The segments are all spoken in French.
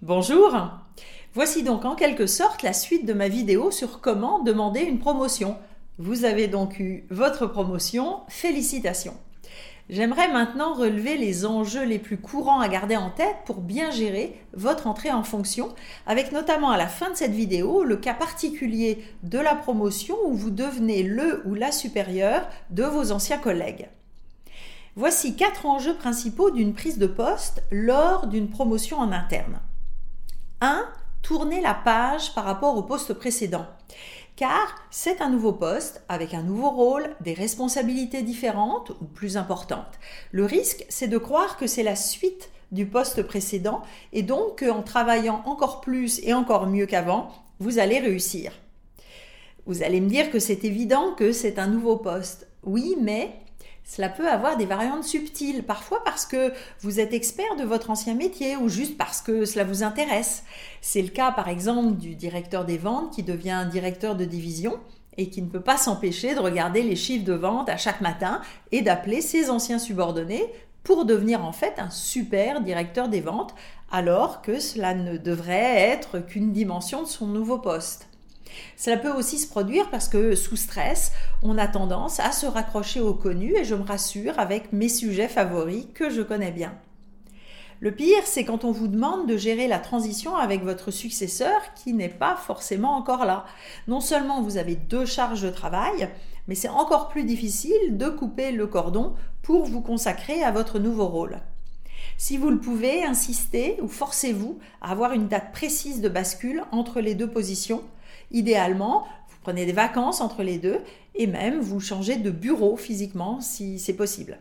Bonjour! Voici donc en quelque sorte la suite de ma vidéo sur comment demander une promotion. Vous avez donc eu votre promotion, félicitations! J'aimerais maintenant relever les enjeux les plus courants à garder en tête pour bien gérer votre entrée en fonction, avec notamment à la fin de cette vidéo le cas particulier de la promotion où vous devenez le ou la supérieure de vos anciens collègues. Voici 4 enjeux principaux d'une prise de poste lors d'une promotion en interne. 1. Tourner la page par rapport au poste précédent. Car c'est un nouveau poste avec un nouveau rôle, des responsabilités différentes ou plus importantes. Le risque, c'est de croire que c'est la suite du poste précédent et donc qu'en travaillant encore plus et encore mieux qu'avant, vous allez réussir. Vous allez me dire que c'est évident que c'est un nouveau poste. Oui, mais cela peut avoir des variantes subtiles, parfois parce que vous êtes expert de votre ancien métier ou juste parce que cela vous intéresse. C'est le cas par exemple du directeur des ventes qui devient directeur de division et qui ne peut pas s'empêcher de regarder les chiffres de vente à chaque matin et d'appeler ses anciens subordonnés pour devenir en fait un super directeur des ventes, alors que cela ne devrait être qu'une dimension de son nouveau poste. Cela peut aussi se produire parce que sous stress, on a tendance à se raccrocher au connu et je me rassure avec mes sujets favoris que je connais bien. Le pire, c'est quand on vous demande de gérer la transition avec votre successeur qui n'est pas forcément encore là. Non seulement vous avez 2 charges de travail, mais c'est encore plus difficile de couper le cordon pour vous consacrer à votre nouveau rôle. Si vous le pouvez, insistez ou forcez-vous à avoir une date précise de bascule entre les 2 positions. Idéalement, vous prenez des vacances entre les 2 et même vous changez de bureau physiquement si c'est possible.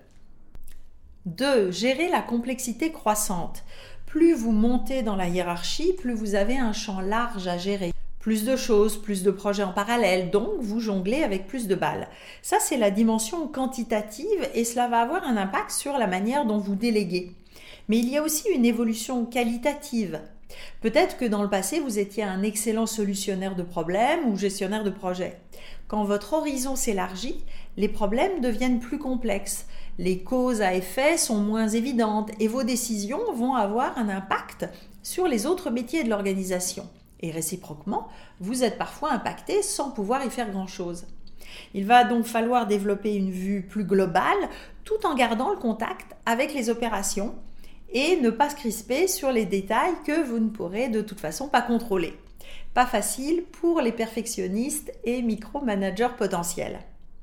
2. Gérer la complexité croissante. Plus vous montez dans la hiérarchie, plus vous avez un champ large à gérer. Plus de choses, plus de projets en parallèle, donc vous jonglez avec plus de balles. Ça, c'est la dimension quantitative et cela va avoir un impact sur la manière dont vous déléguez. Mais il y a aussi une évolution qualitative. Peut-être que dans le passé, vous étiez un excellent solutionnaire de problèmes ou gestionnaire de projets. Quand votre horizon s'élargit, les problèmes deviennent plus complexes. Les causes à effet sont moins évidentes et vos décisions vont avoir un impact sur les autres métiers de l'organisation. Et réciproquement, vous êtes parfois impacté sans pouvoir y faire grand-chose. Il va donc falloir développer une vue plus globale tout en gardant le contact avec les opérations et ne pas se crisper sur les détails que vous ne pourrez de toute façon pas contrôler. Pas facile pour les perfectionnistes et micro-managers potentiels.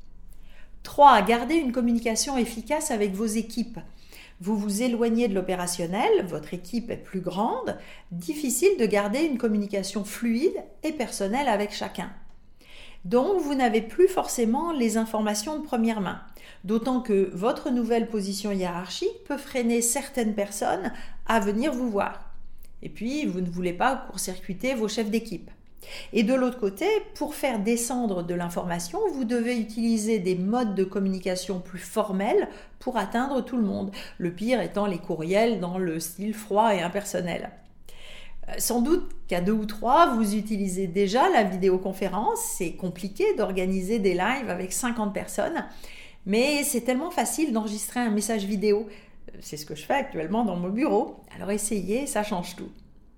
3. Garder une communication efficace avec vos équipes. Vous vous éloignez de l'opérationnel, votre équipe est plus grande, difficile de garder une communication fluide et personnelle avec chacun. Donc, vous n'avez plus forcément les informations de première main. D'autant que votre nouvelle position hiérarchique peut freiner certaines personnes à venir vous voir. Et puis, vous ne voulez pas court-circuiter vos chefs d'équipe. Et de l'autre côté, pour faire descendre de l'information, vous devez utiliser des modes de communication plus formels pour atteindre tout le monde. Le pire étant les courriels dans le style froid et impersonnel. Sans doute qu'à 2 ou 3, vous utilisez déjà la vidéoconférence. C'est compliqué d'organiser des lives avec 50 personnes. Mais c'est tellement facile d'enregistrer un message vidéo. C'est ce que je fais actuellement dans mon bureau. Alors essayez, ça change tout.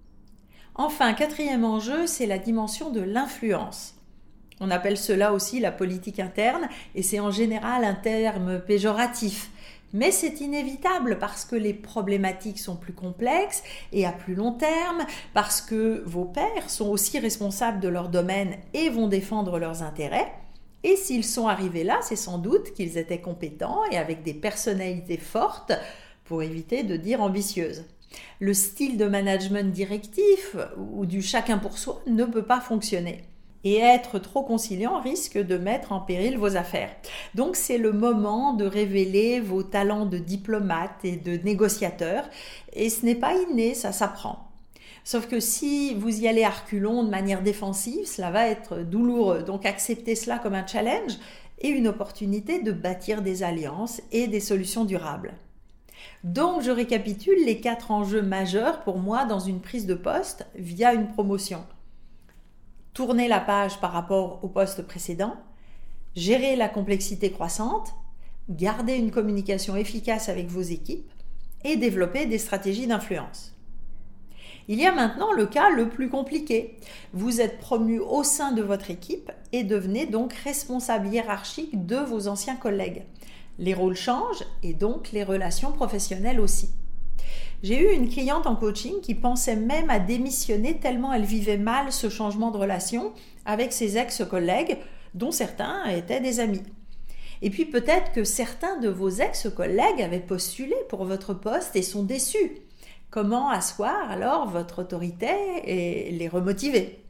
Enfin, 4e enjeu, c'est la dimension de l'influence. On appelle cela aussi la politique interne et c'est en général un terme péjoratif. Mais c'est inévitable parce que les problématiques sont plus complexes et à plus long terme, parce que vos pairs sont aussi responsables de leur domaine et vont défendre leurs intérêts. Et s'ils sont arrivés là, c'est sans doute qu'ils étaient compétents et avec des personnalités fortes, pour éviter de dire ambitieuses. Le style de management directif ou du chacun pour soi ne peut pas fonctionner. Et être trop conciliant risque de mettre en péril vos affaires. Donc c'est le moment de révéler vos talents de diplomate et de négociateur. Et ce n'est pas inné, ça s'apprend. Sauf que si vous y allez à reculons de manière défensive, cela va être douloureux. Donc acceptez cela comme un challenge et une opportunité de bâtir des alliances et des solutions durables. Donc je récapitule les 4 enjeux majeurs pour moi dans une prise de poste via une promotion. Tourner la page par rapport au poste précédent, gérer la complexité croissante, garder une communication efficace avec vos équipes et développer des stratégies d'influence. Il y a maintenant le cas le plus compliqué. Vous êtes promu au sein de votre équipe et devenez donc responsable hiérarchique de vos anciens collègues. Les rôles changent et donc les relations professionnelles aussi. J'ai eu une cliente en coaching qui pensait même à démissionner tellement elle vivait mal ce changement de relation avec ses ex-collègues, dont certains étaient des amis. Et puis peut-être que certains de vos ex-collègues avaient postulé pour votre poste et sont déçus. Comment asseoir alors votre autorité et les remotiver?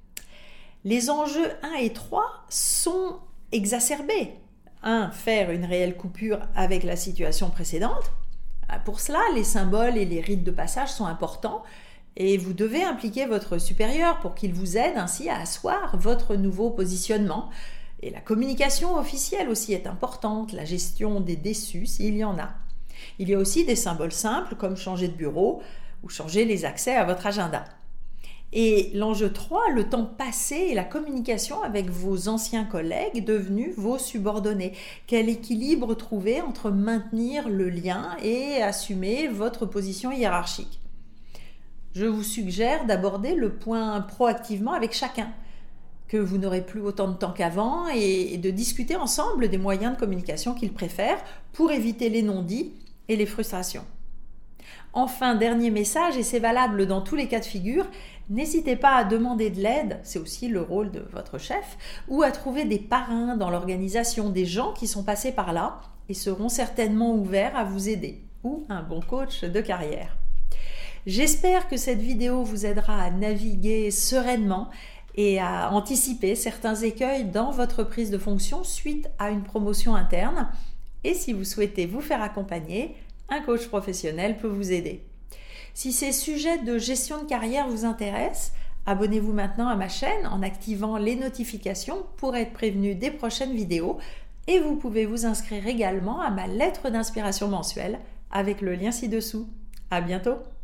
Les enjeux 1 et 3 sont exacerbés. 1. Faire une réelle coupure avec la situation précédente. Pour cela, les symboles et les rites de passage sont importants et vous devez impliquer votre supérieur pour qu'il vous aide ainsi à asseoir votre nouveau positionnement. Et la communication officielle aussi est importante, la gestion des déçus s'il y en a. Il y a aussi des symboles simples comme changer de bureau ou changer les accès à votre agenda. Et l'enjeu 3, le temps passé et la communication avec vos anciens collègues devenus vos subordonnés. Quel équilibre trouver entre maintenir le lien et assumer votre position hiérarchique? Je vous suggère d'aborder le point proactivement avec chacun, que vous n'aurez plus autant de temps qu'avant et de discuter ensemble des moyens de communication qu'ils préfèrent pour éviter les non-dits et les frustrations. Enfin, dernier message, et c'est valable dans tous les cas de figure, n'hésitez pas à demander de l'aide, c'est aussi le rôle de votre chef, ou à trouver des parrains dans l'organisation, des gens qui sont passés par là et seront certainement ouverts à vous aider, ou un bon coach de carrière. J'espère que cette vidéo vous aidera à naviguer sereinement et à anticiper certains écueils dans votre prise de fonction suite à une promotion interne. Et si vous souhaitez vous faire accompagner, un coach professionnel peut vous aider. Si ces sujets de gestion de carrière vous intéressent, abonnez-vous maintenant à ma chaîne en activant les notifications pour être prévenu des prochaines vidéos et vous pouvez vous inscrire également à ma lettre d'inspiration mensuelle avec le lien ci-dessous. À bientôt!